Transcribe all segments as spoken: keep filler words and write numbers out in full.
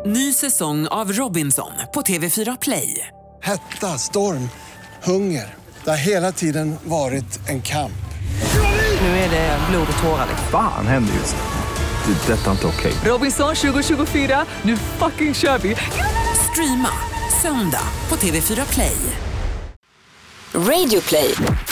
Ny säsong av Robinson på T V fyra Play. Hetta, storm, hunger. Det har hela tiden varit en kamp. Nu är det blod och tårar. Fan händer just det. Det är detta inte okej. Robinson tjugo tjugofyra, nu fucking kör vi. Streama söndag på T V fyra Play. Radio Play.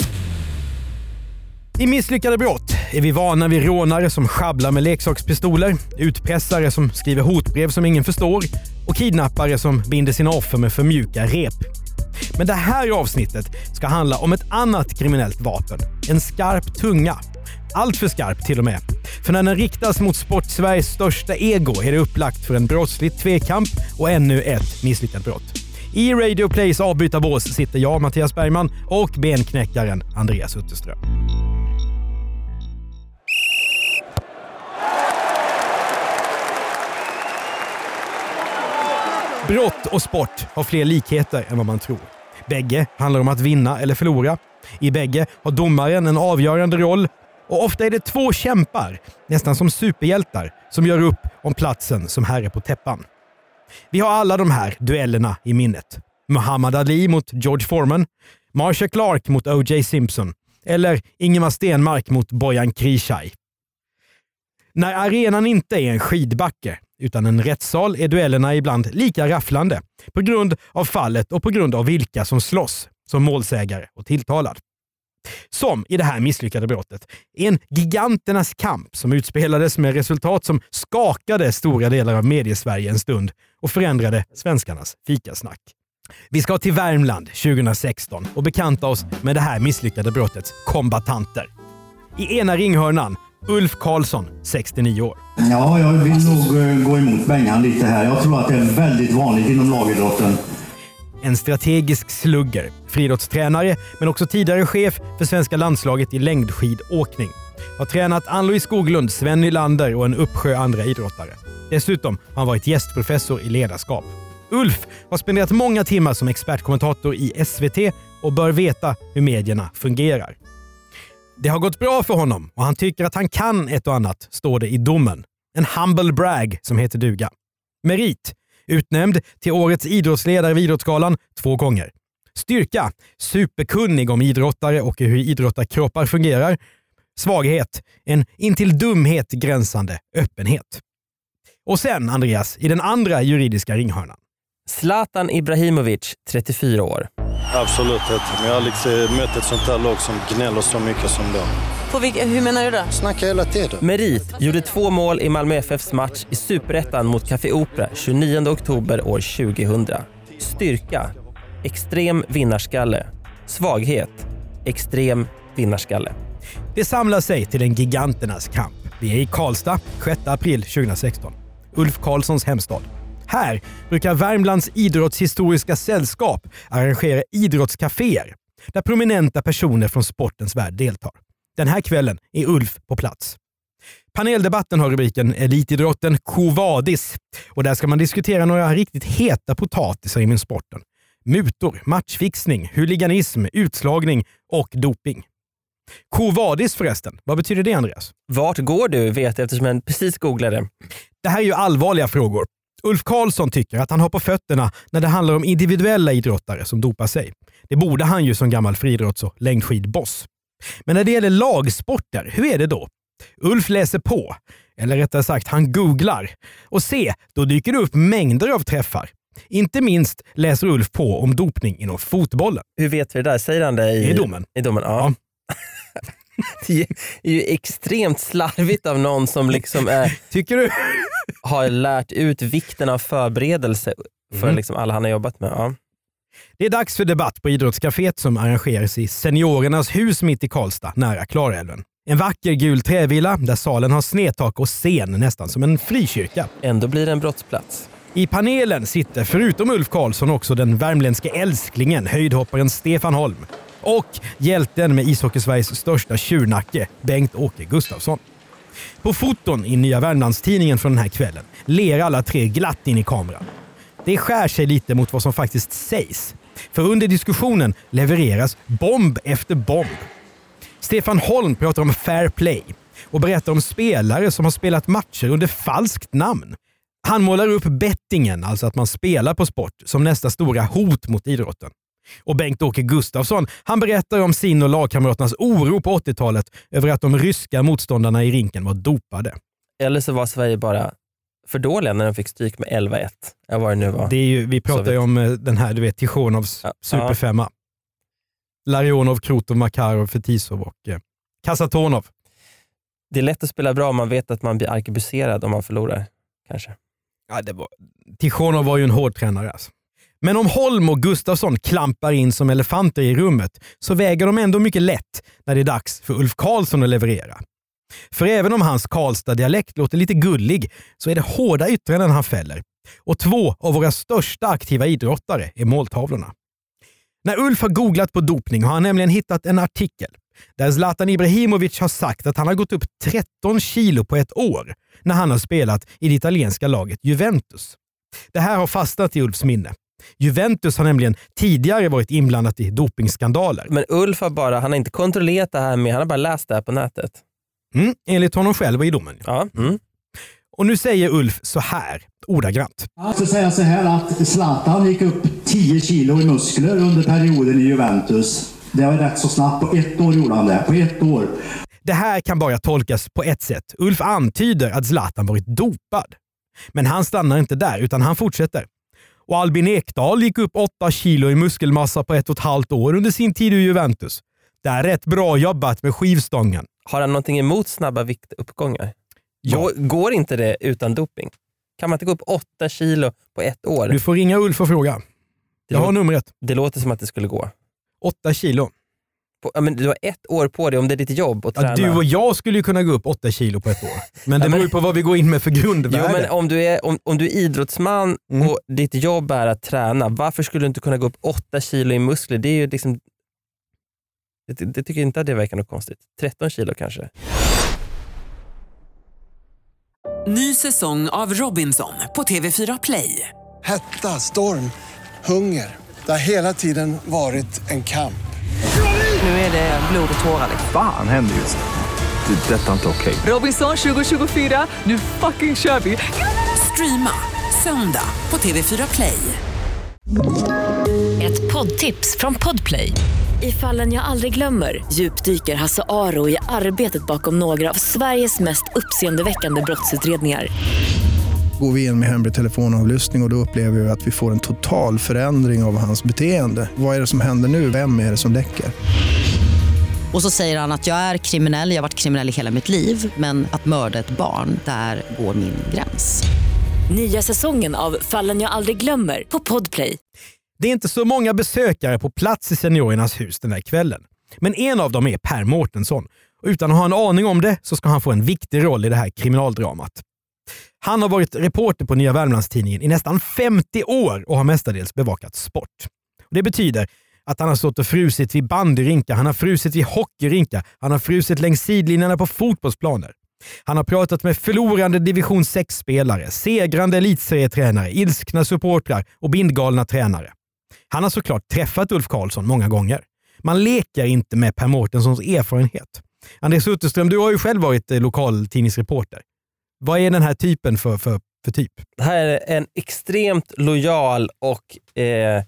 I Misslyckade brott är vi vana vid rånare som schabblar med leksakspistoler, utpressare som skriver hotbrev som ingen förstår och kidnappare som binder sina offer med för mjuka rep. Men det här avsnittet ska handla om ett annat kriminellt vapen, en skarp tunga. Allt för skarp till och med. För när den riktas mot Sportsveriges största ego är det upplagt för en brottslig tvekamp och ännu ett misslyckat brott. I Radio Plays avbytarbås sitter jag, Mattias Bergman, och benknäckaren Andreas Utterström. Brott och sport har fler likheter än vad man tror. Bägge handlar om att vinna eller förlora. I bägge har domaren en avgörande roll och ofta är det två kämpar, nästan som superhjältar, som gör upp om platsen som herre på täppan. Vi har alla de här duellerna i minnet. Muhammad Ali mot George Foreman, Marcia Clark mot O J Simpson eller Ingemar Stenmark mot Bojan Krejci. När arenan inte är en skidbacke utan en rättssal är duellerna ibland lika rafflande på grund av fallet och på grund av vilka som slåss som målsägare och tilltalad. Som i det här misslyckade brottet är en giganternas kamp som utspelades med resultat som skakade stora delar av mediesverige en stund och förändrade svenskarnas fikasnack. Vi ska till Värmland tjugohundrasexton och bekanta oss med det här misslyckade brottets kombatanter. I ena ringhörnan Ulf Karlsson, sextionio år. Ja, jag vill nog gå emot Bengan lite här. Jag tror att det är väldigt vanligt inom lagidrotten. En strategisk slugger, friidrottstränare men också tidigare chef för svenska landslaget i längdskidåkning. Har tränat Ann-Louise Skoglund, Sven Nylander och en uppsjö andra idrottare. Dessutom har han varit gästprofessor i ledarskap. Ulf har spenderat många timmar som expertkommentator i S V T och bör veta hur medierna fungerar. Det har gått bra för honom och han tycker att han kan ett och annat, står det i domen. En humble brag som heter duga. Merit, utnämnd till årets idrottsledare vid Idrottsgalan två gånger. Styrka, superkunnig om idrottare och hur idrottarkroppar fungerar. Svaghet, en intill dumhet gränsande öppenhet. Och sen, Andreas, i den andra juridiska ringhörnan. Zlatan Ibrahimovic, trettiofyra år. Absolut, men jag har liksom mött ett sånt här lag som gnäller så mycket som dem. På vilka, hur menar du det? Snackar hela tiden. Merit gjorde två mål i Malmö F F:s match i Superettan mot Café Opera tjugonionde oktober år tjugohundra. Styrka, extrem vinnarskalle. Svaghet, extrem vinnarskalle. Det samlar sig till en giganternas kamp. Vi är i Karlstad, sjätte april tjugohundrasexton. Ulf Karlssons hemstad. Här brukar Värmlands idrottshistoriska sällskap arrangera idrottscaféer där prominenta personer från sportens värld deltar. Den här kvällen är Ulf på plats. Paneldebatten har rubriken Elitidrotten Quo Vadis och där ska man diskutera några riktigt heta potatisar inom sporten. Mutor, matchfixning, huliganism, utslagning och doping. Quo Vadis förresten, vad betyder det, Andreas? Vart går du, vet jag eftersom jag precis googlade. Det här är ju allvarliga frågor. Ulf Karlsson tycker att han har på fötterna när det handlar om individuella idrottare som dopar sig. Det borde han ju som gammal friidrotts- och längdskidboss. Men när det gäller lagsporter, hur är det då? Ulf läser på, eller rättare sagt han googlar. Och se, då dyker det upp mängder av träffar. Inte minst läser Ulf på om dopning inom fotbollen. Hur vet vi det där? Säger han det i, I domen? I domen, ja. ja. Det är ju extremt slarvigt av någon som liksom är, tycker du? har lärt ut vikten av förberedelse för mm. liksom alla han har jobbat med. Ja. Det är dags för debatt på Idrottscaféet som arrangeras i Seniorernas hus mitt i Karlstad, nära Klarälven. En vacker gul trävilla där salen har snedtak och scen nästan som en frikyrka. Ändå blir det en brottsplats. I panelen sitter förutom Ulf Karlsson också den värmländske älsklingen, höjdhopparen Stefan Holm. Och hjälten med Ishockey-Sveriges största tjurnacke, Bengt-Åke Gustafsson. På foton i Nya Värmlandstidningen från den här kvällen ler alla tre glatt in i kameran. Det skär sig lite mot vad som faktiskt sägs. För under diskussionen levereras bomb efter bomb. Stefan Holm pratar om fair play och berättar om spelare som har spelat matcher under falskt namn. Han målar upp bettingen, alltså att man spelar på sport, som nästa stora hot mot idrotten. Och Bengt-Åke Gustafsson, han berättar om sin och lagkamraternas oro på åttiotalet över att de ryska motståndarna i rinken var dopade. Eller så var Sverige bara för dåliga när de fick stryk med elva ett. Ja, vad det nu var. Det är ju, vi pratar ju om den här, du vet, Tichonovs ja. superfemma. Larionov, Krutov, Makarov, Fetisov och eh, Kasatonov. Det är lätt att spela bra om man vet att man blir arkebuserad om man förlorar, kanske. Ja, det var... Tichonov var ju en hård tränare alltså. Men om Holm och Gustafsson klampar in som elefanter i rummet så väger de ändå mycket lätt när det är dags för Ulf Karlsson att leverera. För även om hans Karlstad-dialekt låter lite gullig så är det hårda yttranden han fäller. Och två av våra största aktiva idrottare är måltavlorna. När Ulf har googlat på dopning har han nämligen hittat en artikel där Zlatan Ibrahimovic har sagt att han har gått upp tretton kilo på ett år när han har spelat i det italienska laget Juventus. Det här har fastnat i Ulfs minne. Juventus har nämligen tidigare varit inblandat i dopingskandaler. Men Ulf har bara, han har inte kontrollerat det här med, han har bara läst det här på nätet. Mm, enligt honom själv och i domen. Ja. Mm. Och nu säger Ulf så här, ordagrant. Jag ska säga så här att Zlatan gick upp tio kilo i muskler under perioden i Juventus. Det var rätt så snabbt. På ett år gjorde han det. På ett år. Det här kan bara tolkas på ett sätt. Ulf antyder att Zlatan varit dopad. Men han stannar inte där utan han fortsätter. Och Albin Ekdal gick upp åtta kilo i muskelmassa på ett och ett halvt år under sin tid i Juventus. Det är rätt bra jobbat med skivstången. Har han någonting emot snabba viktuppgångar? Ja. Går inte det utan doping? Kan man inte gå upp åtta kilo på ett år? Du får ringa Ulf och fråga. Jag har numret. Det låter som att det skulle gå. Åtta kilo. På, ja, men du har ett år på dig om det är ditt jobb att träna. Ja, du och jag skulle ju kunna gå upp åtta kilo på ett år. Men det ja, men, beror ju på vad vi går in med för grundvärde. Jo, men om du är, om, om du är idrottsman mm. och ditt jobb är att träna, varför skulle du inte kunna gå upp åtta kilo i muskler? Det är ju liksom... Det, det tycker jag inte att det verkar något konstigt. tretton kilo kanske. Ny säsong av Robinson på T V fyra Play. Hetta, storm, hunger. Det har hela tiden varit en kamp. Nu är det blod och tårar. Fan händer just det. Det är detta inte okej. Robinson tjugo tjugofyra, nu fucking kör vi. Streama söndag på T V fyra Play. Ett poddtips från Podplay. I Fallen jag aldrig glömmer djupdyker Hasse Aro i arbetet bakom några av Sveriges mest uppseendeväckande brottsutredningar. Går vi in med hemlig telefonavlyssning och, och då upplever vi att vi får en total förändring av hans beteende. Vad är det som händer nu? Vem är det som läcker? Och så säger han att jag är kriminell, jag har varit kriminell i hela mitt liv. Men att mörda ett barn, där går min gräns. Nya säsongen av Fallen jag aldrig glömmer på Podplay. Det är inte så många besökare på plats i seniorernas hus den här kvällen. Men en av dem är Per Mårtensson. Och utan att ha en aning om det så ska han få en viktig roll i det här kriminaldramat. Han har varit reporter på Nya Värmlandstidningen i nästan femtio år och har mestadels bevakat sport. Och det betyder att han har stått och frusit vid bandyrinkar, han har frusit vid hockeyrinkar, han har frusit längs sidlinjerna på fotbollsplaner. Han har pratat med förlorande division sex-spelare, segrande elitserietränare, ilskna supportrar och bindgalna tränare. Han har såklart träffat Ulf Karlsson många gånger. Man leker inte med Per Mårtenssons erfarenhet. Andreas Utterström, du har ju själv varit lokaltidningsreporter. Vad är den här typen för, för, för typ? Det här är en extremt lojal och eh,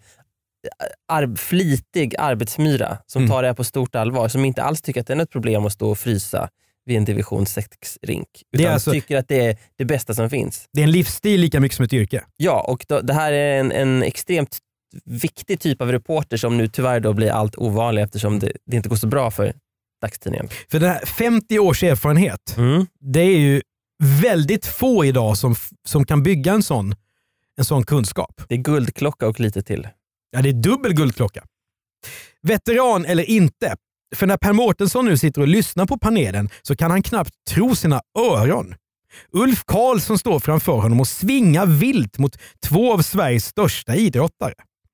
ar- flitig arbetsmyra som mm. tar det här på stort allvar. Som inte alls tycker att det är ett problem att stå och frysa vid en division sex-rink. Utan alltså, tycker att det är det bästa som finns. Det är en livsstil lika mycket som ett yrke. Ja, och då, det här är en, en extremt viktig typ av reporter som nu tyvärr då blir allt ovanlig eftersom det, det inte går så bra för dagstidningen. För den här femtio års erfarenhet, mm. det är ju väldigt få idag som, som kan bygga en sån, en sån kunskap. Det är guldklocka och lite till. Ja, det är dubbel guldklocka. Veteran eller inte. För när Per Mårtensson nu sitter och lyssnar på panelen så kan han knappt tro sina öron. Ulf Karlsson står framför honom och svingar vilt mot två av Sveriges största idrottare.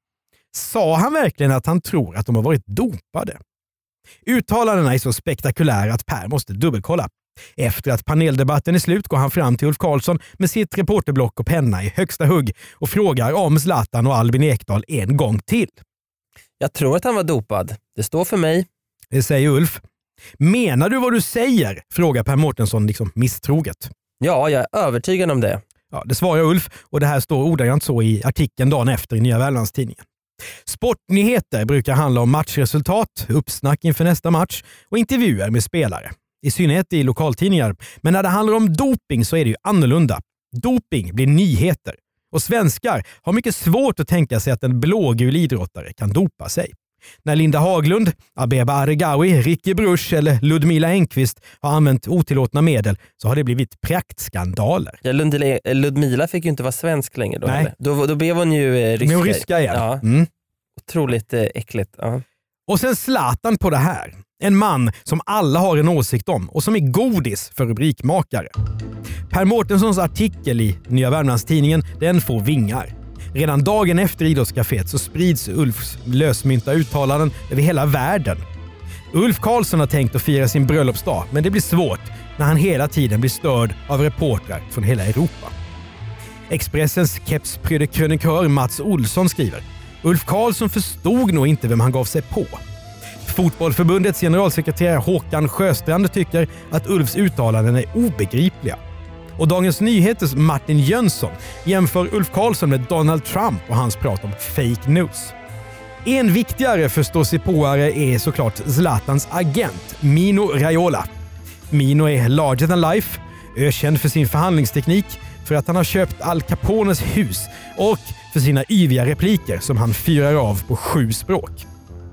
Sa han verkligen att han tror att de har varit dopade? Uttalandena är så spektakulära att Per måste dubbelkolla. Efter att paneldebatten är slut går han fram till Ulf Karlsson med sitt reporterblock och penna i högsta hugg och frågar om Zlatan och Albin Ekdal en gång till. Jag tror att han var dopad. Det står för mig. Det säger Ulf. Menar du vad du säger? Frågar Per Mårtensson liksom misstroget. Ja, jag är övertygad om det. Ja, det svarar Ulf och det här står ordagrant så i artikeln dagen efter i Nya Värmlandstidningen. Sportnyheter brukar handla om matchresultat, uppsnack inför nästa match och intervjuer med spelare. I synnerhet i lokaltidningar. Men när det handlar om doping så är det ju annorlunda. Doping blir nyheter. Och svenskar har mycket svårt att tänka sig att en blågul idrottare kan dopa sig. När Linda Haglund, Abeba Aregawi, Ricky Bruch eller Ludmila Engqvist har använt otillåtna medel så har det blivit praktskandaler. Ja, Ludmila, Ludmila fick ju inte vara svensk längre då. Nej. Då, då blev hon ju eh, ryska. Men hon ryska igen. Ja. Mm. Otroligt eh, äckligt. Ja. Och sen Zlatan på det här. En man som alla har en åsikt om och som är godis för rubrikmakare. Per Mårtenssons artikel i Nya Värmlandstidningen, den får vingar. Redan dagen efter idrottscaféet så sprids Ulfs lösmynta uttalanden över hela världen. Ulf Karlsson har tänkt att fira sin bröllopsdag, men det blir svårt när han hela tiden blir störd av reportrar från hela Europa. Expressens kepsprödekrönikör Mats Olsson skriver: Ulf Karlsson förstod nog inte vem han gav sig på. Fotbollförbundets generalsekreterare Håkan Sjöstrand tycker att Ulfs uttalanden är obegripliga. Och Dagens Nyheters Martin Jönsson jämför Ulf Karlsson med Donald Trump och hans prat om fake news. En viktigare förståsigpåare är såklart Zlatans agent, Mino Raiola. Mino är larger than life, ökänd för sin förhandlingsteknik, för att han har köpt Al Capones hus och för sina yviga repliker som han fyrar av på sju språk.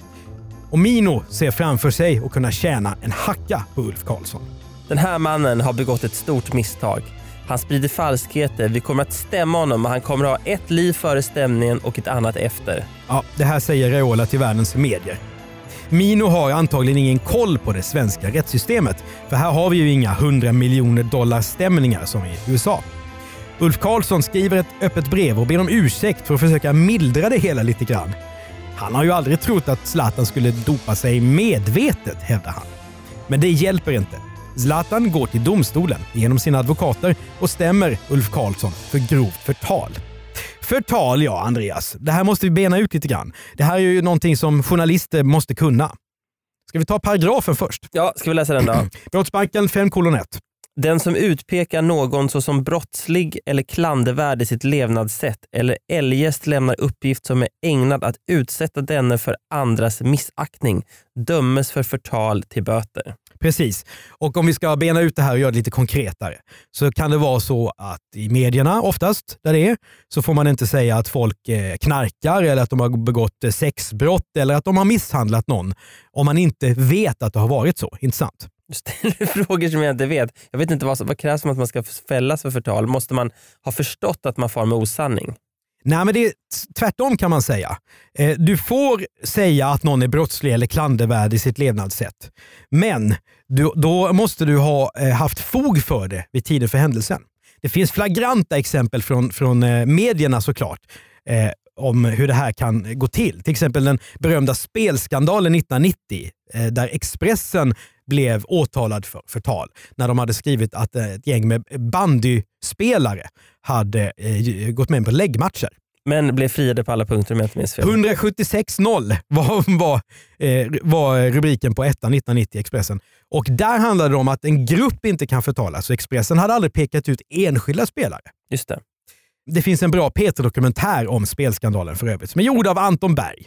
Och Mino ser framför sig att kunna tjäna en hacka på Ulf Karlsson. Den här mannen har begått ett stort misstag. Han sprider falskheter. Vi kommer att stämma honom och han kommer att ha ett liv före stämningen och ett annat efter. Ja, det här säger Raiola till världens medier. Mino har antagligen ingen koll på det svenska rättssystemet. För här har vi ju inga hundra miljoner dollar stämningar som i U S A. Ulf Karlsson skriver ett öppet brev och ber om ursäkt för att försöka mildra det hela lite grann. Han har ju aldrig trott att Zlatan skulle dopa sig medvetet, hävdar han. Men det hjälper inte. Zlatan går till domstolen genom sina advokater och stämmer Ulf Karlsson för grovt förtal. Förtal, ja Andreas. Det här måste vi bena ut lite grann. Det här är ju någonting som journalister måste kunna. Ska vi ta paragrafen först? Ja, ska vi läsa den då? Brottsbalken fem kolon ett. Den som utpekar någon såsom brottslig eller klandervärd i sitt levnadssätt eller eljest lämnar uppgift som är ägnad att utsätta denne för andras missaktning dömes för förtal till böter. Precis. Och om vi ska bena ut det här och göra det lite konkretare så kan det vara så att i medierna oftast där det är så får man inte säga att folk knarkar eller att de har begått sexbrott eller att de har misshandlat någon om man inte vet att det har varit så. Intressant. Du ställer frågor som jag inte vet. Jag vet inte vad, vad krävs som att man ska fällas för förtal. Måste man ha förstått att man far med osanning? Nej, men det är tvärtom kan man säga. Du får säga att någon är brottslig eller klandervärd i sitt levnadssätt. Men du, då måste du ha haft fog för det vid tiden för händelsen. Det finns flagranta exempel från, från medierna såklart eh, om hur det här kan gå till. Till exempel den berömda spelskandalen nittonhundranittio eh, där Expressen blev åtalad för förtal när de hade skrivit att ett gäng med bandyspelare hade eh, gått med på läggmatcher. Men blev friade på alla punkter om jag inte minns fel. hundrasjuttiosex noll var, var, eh, var rubriken på ettan nittonhundranittio Expressen. Och där handlade det om att en grupp inte kan förtalas. Så Expressen hade aldrig pekat ut enskilda spelare. Just det. Det finns en bra P tre-dokumentär om spelskandalen för övrigt som är gjord av Anton Berg.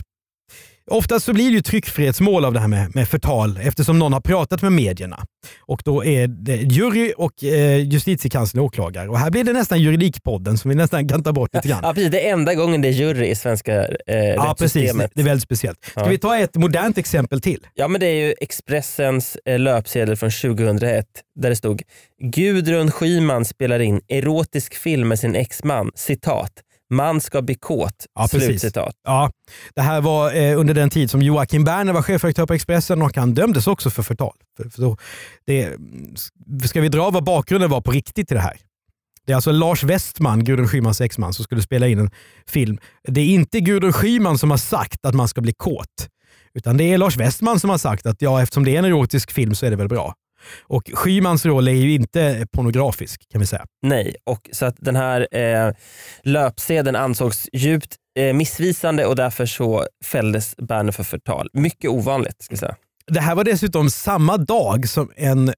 Oftast så blir det ju tryckfrihetsmål av det här med, med förtal eftersom någon har pratat med medierna. Och då är det jury och eh, justitiekanslern och åklagare. Och här blir det nästan juridikpodden som vi nästan kan ta bort lite grann. Ja, precis. Det är enda gången det är jury i svenska eh, ja, precis. Det, det är väldigt speciellt. Ska ja. vi ta ett modernt exempel till? Ja, men det är ju Expressens eh, löpsedel från tjugohundraett där det stod: Gudrun Schyman spelar in erotisk film med sin exman. Citat. Man ska bli kåt. Ja, Slutcitat. Ja, det här var eh, under den tid som Joakim Berner var chefredaktör på Expressen och han dömdes också för förtal. För, för då, det, ska vi dra vad bakgrunden var på riktigt till det här? Det är alltså Lars Westman, Gudrun Schymans exman, som skulle spela in en film. Det är inte Gudrun Schyman som har sagt att man ska bli kåt. Utan det är Lars Westman som har sagt att ja, eftersom det är en erotisk film så är det väl bra. Och Schymans roll är ju inte pornografisk kan vi säga. Nej, och så att den här eh, löpsedeln ansågs djupt eh, missvisande och därför så fälldes Berner för förtal. Mycket ovanligt ska jag säga. Det här var dessutom samma dag som en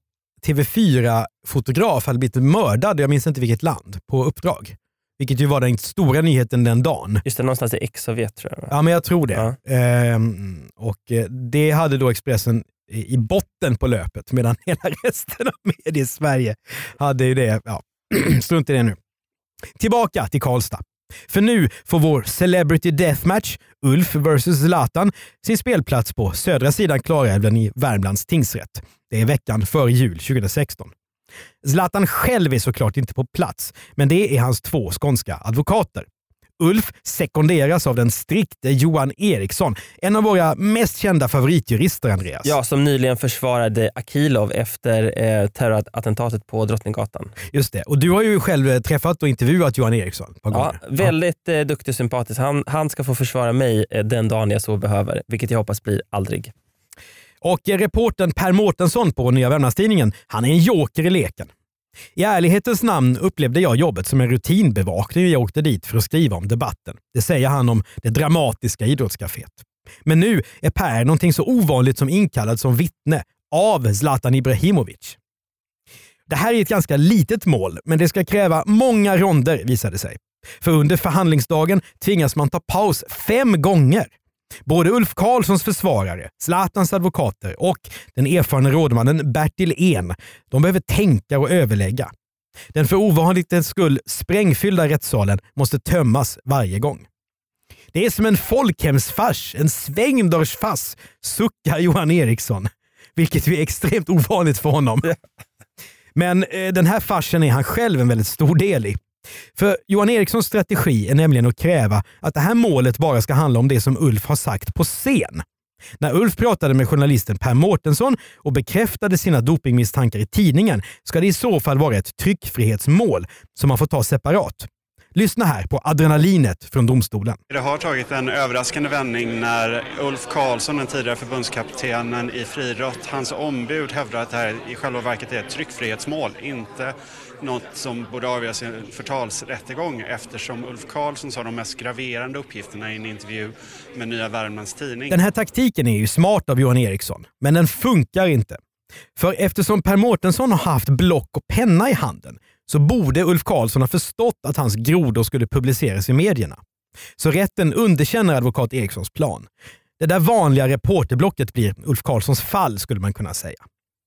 T V fyra-fotograf hade blivit mördad, jag minns inte vilket land, på uppdrag. Vilket ju var den stora nyheten den dagen. Just det, någonstans i ex-Sovjet tror jag. Ja, men jag tror det. Ja. Ehm, och det hade då Expressen i botten på löpet, medan hela resten av media i Sverige hade ju det. Ja, strunt i det nu. Tillbaka till Karlstad. För nu får vår Celebrity Deathmatch, Ulf versus Zlatan, sin spelplats på södra sidan Klarälven i Värmlands tingsrätt. Det är veckan före jul tjugohundrasexton. Zlatan själv är såklart inte på plats, men det är hans två skånska advokater. Ulf sekonderas av den strikte Johan Eriksson, en av våra mest kända favoritjurister, Andreas. Ja, som nyligen försvarade Akilov efter eh, terrorattentatet på Drottninggatan. Just det, och du har ju själv träffat och intervjuat Johan Eriksson på gånger. Ja, väldigt ja. Eh, duktig och sympatisk. Han, han ska få försvara mig eh, den dagen jag så behöver, vilket jag hoppas blir aldrig. Och eh, reportern Per Mårtensson på Nya Värmlandstidningen, han är en joker i leken. I ärlighetens namn upplevde jag jobbet som en rutinbevakning när jag åkte dit för att skriva om debatten. Det säger han om det dramatiska idrottscaféet. Men nu är Per någonting så ovanligt som inkallad som vittne av Zlatan Ibrahimovic. Det här är ett ganska litet mål, men det ska kräva många ronder, visade sig. För under förhandlingsdagen tvingas man ta paus fem gånger. Både Ulf Karlssons försvarare, Zlatans advokater och den erfarna rådmannen Bertil En, de behöver tänka och överlägga. Den för ovanlighetens skull sprängfyllda rättssalen måste tömmas varje gång. Det är som en folkhemsfars, en svängdörrsfass, suckar Johan Eriksson. Vilket är extremt ovanligt för honom. Men eh, den här farsen är han själv en väldigt stor del i. För Johan Erikssons strategi är nämligen att kräva att det här målet bara ska handla om det som Ulf har sagt på scen. När Ulf pratade med journalisten Per Mårtensson och bekräftade sina dopingmisstankar i tidningen ska det i så fall vara ett tryckfrihetsmål som man får ta separat. Lyssna här på adrenalinet från domstolen. Det har tagit en överraskande vändning när Ulf Karlsson, den tidigare förbundskaptenen i friidrott, hans ombud hävdar att det här i själva verket är ett tryckfrihetsmål, inte något som borde avgöras i en förtalsrättegång, eftersom Ulf Karlsson sa de mest graverande uppgifterna i en intervju med Nya Värmlands Tidning. Den här taktiken är ju smart av Johan Eriksson, men den funkar inte. För eftersom Per Mårtensson har haft block och penna i handen så borde Ulf Karlsson ha förstått att hans grodor skulle publiceras i medierna. Så rätten underkänner advokat Erikssons plan. Det där vanliga reporterblocket blir Ulf Karlssons fall, skulle man kunna säga.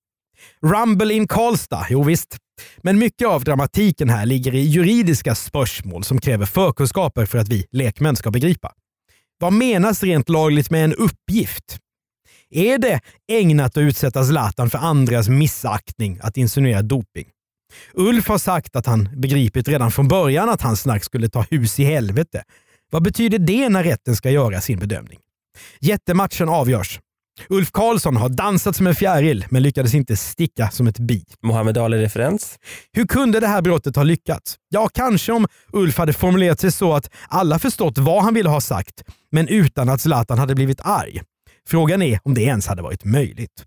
Rumble in Karlstad, jo visst. Men mycket av dramatiken här ligger i juridiska spörsmål som kräver förkunskaper för att vi lekmän ska begripa. Vad menas rent lagligt med en uppgift? Är det ägnat att utsätta Zlatan för andras missaktning att insinuera doping? Ulf har sagt att han begripit redan från början att hans snack skulle ta hus i helvete. Vad betyder det när rätten ska göra sin bedömning? Jättematchen avgörs. Ulf Karlsson har dansat som en fjäril men lyckades inte sticka som ett bi. Mohammed Ali-referens. Hur kunde det här brottet ha lyckats? Ja, kanske om Ulf hade formulerat sig så att alla förstått vad han ville ha sagt, men utan att Zlatan hade blivit arg. Frågan är om det ens hade varit möjligt.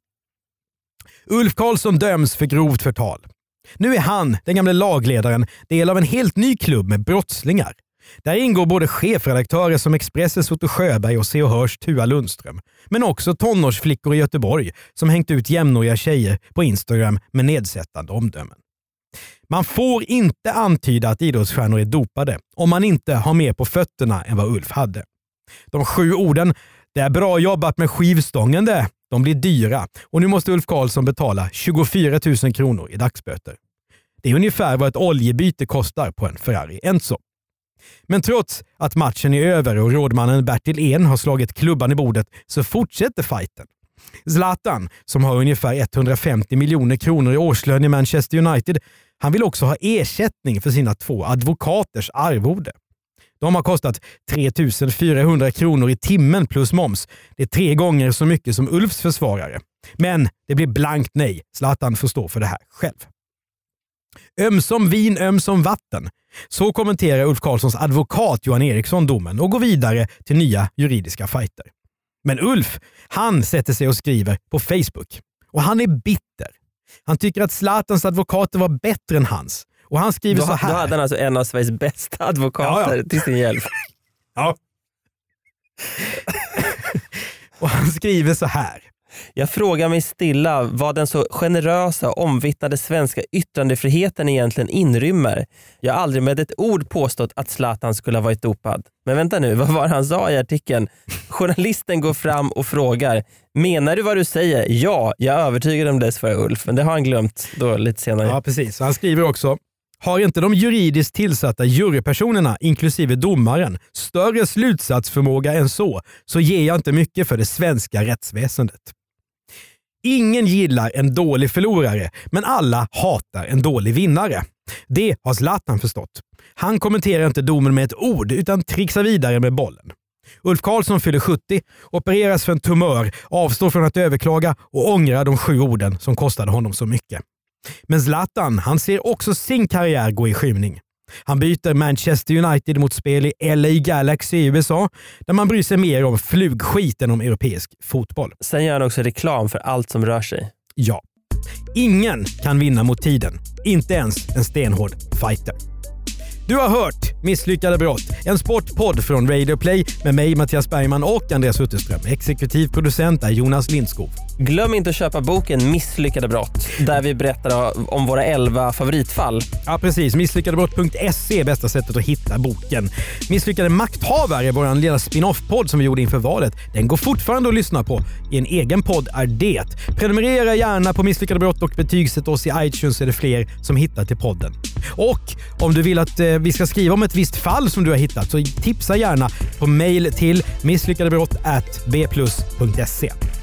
Ulf Karlsson döms för grovt förtal. Nu är han, den gamla lagledaren, del av en helt ny klubb med brottslingar. Där ingår både chefredaktörer som Expressens Otto Sjöberg och Se och Hörs Tua Lundström. Men också tonårsflickor i Göteborg som hängt ut jämnåriga tjejer på Instagram med nedsättande omdömen. Man får inte antyda att idrottsstjärnor är dopade om man inte har mer på fötterna än vad Ulf hade. De sju orden, det är bra jobbat med skivstången det, de blir dyra och nu måste Ulf Karlsson betala tjugofyra tusen kronor i dagsböter. Det är ungefär vad ett oljebyte kostar på en Ferrari Enzo. Men trots att matchen är över och rådmannen Bertil En har slagit klubban i bordet så fortsätter fighten. Zlatan, som har ungefär etthundrafemtio miljoner kronor i årslön i Manchester United, han vill också ha ersättning för sina två advokaters arvode. De har kostat tre tusen fyrahundra kronor i timmen plus moms. Det är tre gånger så mycket som Ulfs försvarare. Men det blir blankt nej. Zlatan får stå för det här själv. Ömsom vin, ömsom vatten. Så kommenterar Ulf Karlssons advokat Johan Eriksson domen och går vidare till nya juridiska fighter. Men Ulf, han sätter sig och skriver på Facebook. Och han är bitter. Han tycker att Zlatans advokater var bättre än hans. Och han skriver då, så här. Då hade han alltså en av Sveriges bästa advokater ja, ja. till sin hjälp. Ja. Och han skriver så här. Jag frågar mig stilla vad den så generösa omvittnade svenska yttrandefriheten egentligen inrymmer. Jag har aldrig med ett ord påstått att Zlatan skulle ha varit dopad. Men vänta nu, vad var han sa i artikeln? Journalisten går fram och frågar: menar du vad du säger? Ja, jag är övertygad om det, svarar Ulf. Men det har han glömt då lite senare. Ja, precis. Han skriver också: har inte de juridiskt tillsatta jurypersonerna, inklusive domaren, större slutsatsförmåga än så, så ger jag inte mycket för det svenska rättsväsendet. Ingen gillar en dålig förlorare, men alla hatar en dålig vinnare. Det har Zlatan förstått. Han kommenterar inte domen med ett ord utan trixar vidare med bollen. Ulf Karlsson fyller sjuttio, opereras för en tumör, avstår från att överklaga och ångrar de sju orden som kostade honom så mycket. Men Zlatan, han ser också sin karriär gå i skymning. Han byter Manchester United mot spel i L A Galaxy i U S A, där man bryr sig mer om flugskit än om europeisk fotboll. Sen gör han också reklam för allt som rör sig. Ja. Ingen kan vinna mot tiden. Inte ens en stenhård fighter. Du har hört Misslyckade brott, en sportpodd från Radio Play med mig, Mattias Bergman, och Andreas Utterström. Exekutiv producent är Jonas Lindskov. Glöm inte att köpa boken Misslyckade brott, där vi berättar om våra elva favoritfall. Ja, precis. misslyckadebrott punkt se är bästa sättet att hitta boken. Misslyckade makthavare är vår lilla spin-off-podd som vi gjorde inför valet. Den går fortfarande att lyssna på. I en egen podd är det. Prenumerera gärna på Misslyckade brott och betygsätt oss i iTunes, så är det fler som hittar till podden. Och om du vill att eh, vi ska skriva om ett visst fall som du har hittat, så tipsa gärna på mail till misslyckadebrott at b plus punkt se.